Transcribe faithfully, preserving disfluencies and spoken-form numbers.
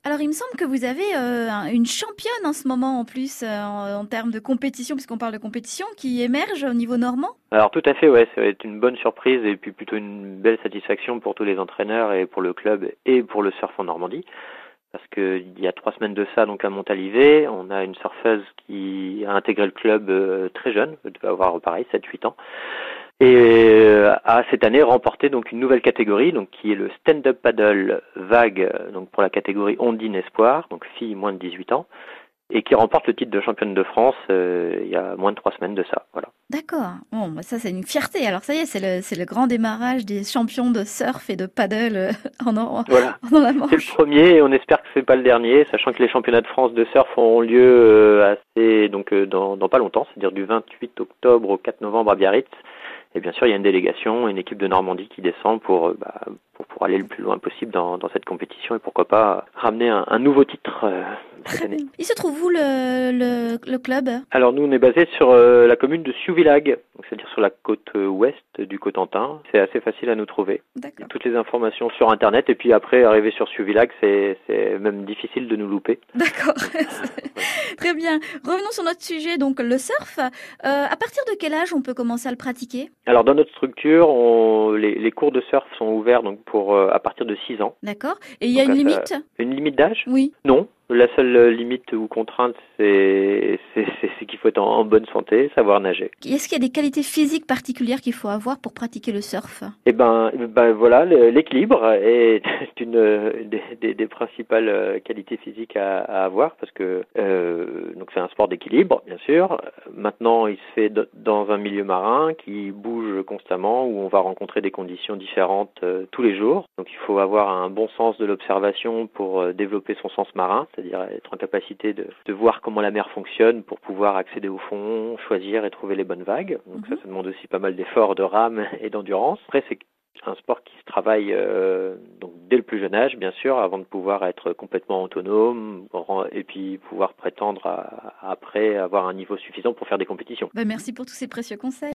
Alors, il me semble que vous avez euh, un- une championne en ce moment en plus euh, en, en termes de compétition, puisqu'on parle de compétition, qui émerge au niveau normand. Alors tout à fait, ouais, ça va être une bonne surprise et puis plutôt une belle satisfaction pour tous les entraîneurs et pour le club et pour le surf en Normandie. Parce que il y a trois semaines de ça, donc à Montalivet, on a une surfeuse qui a intégré le club euh, très jeune, elle devait avoir pareil, sept huit ans, et euh, a cette année remporté donc une nouvelle catégorie, donc qui est le stand-up paddle vague, euh, donc pour la catégorie Ondine Espoir, donc fille moins de dix-huit ans, et qui remporte le titre de championne de France euh, il y a moins de trois semaines de ça. Voilà. D'accord. Bon, bah ça, c'est une fierté. Alors, ça y est, c'est le, c'est le grand démarrage des champions de surf et de paddle euh, en, en, Voilà. dans la C'est le Manche. premier et on espère que c'est pas le dernier, sachant que les championnats de France de surf auront lieu euh, assez donc euh, dans, dans pas longtemps, c'est-à-dire du vingt-huit octobre au quatre novembre à Biarritz. Et bien sûr, il y a une délégation, une équipe de Normandie qui descend pour, euh, bah, pour, pour aller le plus loin possible dans, dans cette compétition et pourquoi pas ramener un, un nouveau titre euh, cette Très année. bien. Il se trouve où le, le, le club? Alors nous, on est basé sur euh, la commune de Siouvillage, donc c'est-à-dire sur la côte euh, ouest du Cotentin. C'est assez facile à nous trouver. Il y a D'accord. toutes les informations sur Internet et puis après, arriver sur Siouvillage, c'est, c'est même difficile de nous louper. D'accord. Donc, euh, voilà. Très bien. Revenons sur notre sujet, donc le surf. Euh, à partir de quel âge on peut commencer à le pratiquer? Alors dans notre structure, on, les, les cours de surf sont ouverts donc pour euh, à partir de six ans. D'accord. Et il y a Donc une à ça, limite? une limite d'âge? Oui. Non. La seule limite ou contrainte, c'est, c'est, c'est, c'est qu'il faut être en, en bonne santé, savoir nager. Est-ce qu'il y a des qualités physiques particulières qu'il faut avoir pour pratiquer le surf? Eh ben, eh ben voilà, le- l'équilibre est une des, des, des principales euh, qualités physiques à, à avoir parce que euh, donc c'est un sport d'équilibre, bien sûr. Maintenant, il se fait d- dans un milieu marin qui bouge constamment où on va rencontrer des conditions différentes euh, tous les jours. Donc, il faut avoir un bon sens de l'observation pour euh, développer son sens marin, c'est-à-dire être en capacité de, de voir comment la mer fonctionne pour pouvoir accéder au fond, choisir et trouver les bonnes vagues. Donc ça, Mhm. ça demande aussi pas mal d'efforts, de rame et d'endurance. Après, c'est un sport qui se travaille euh, donc dès le plus jeune âge, bien sûr, avant de pouvoir être complètement autonome et puis pouvoir prétendre à, à après avoir un niveau suffisant pour faire des compétitions. Ben, merci pour tous ces précieux conseils.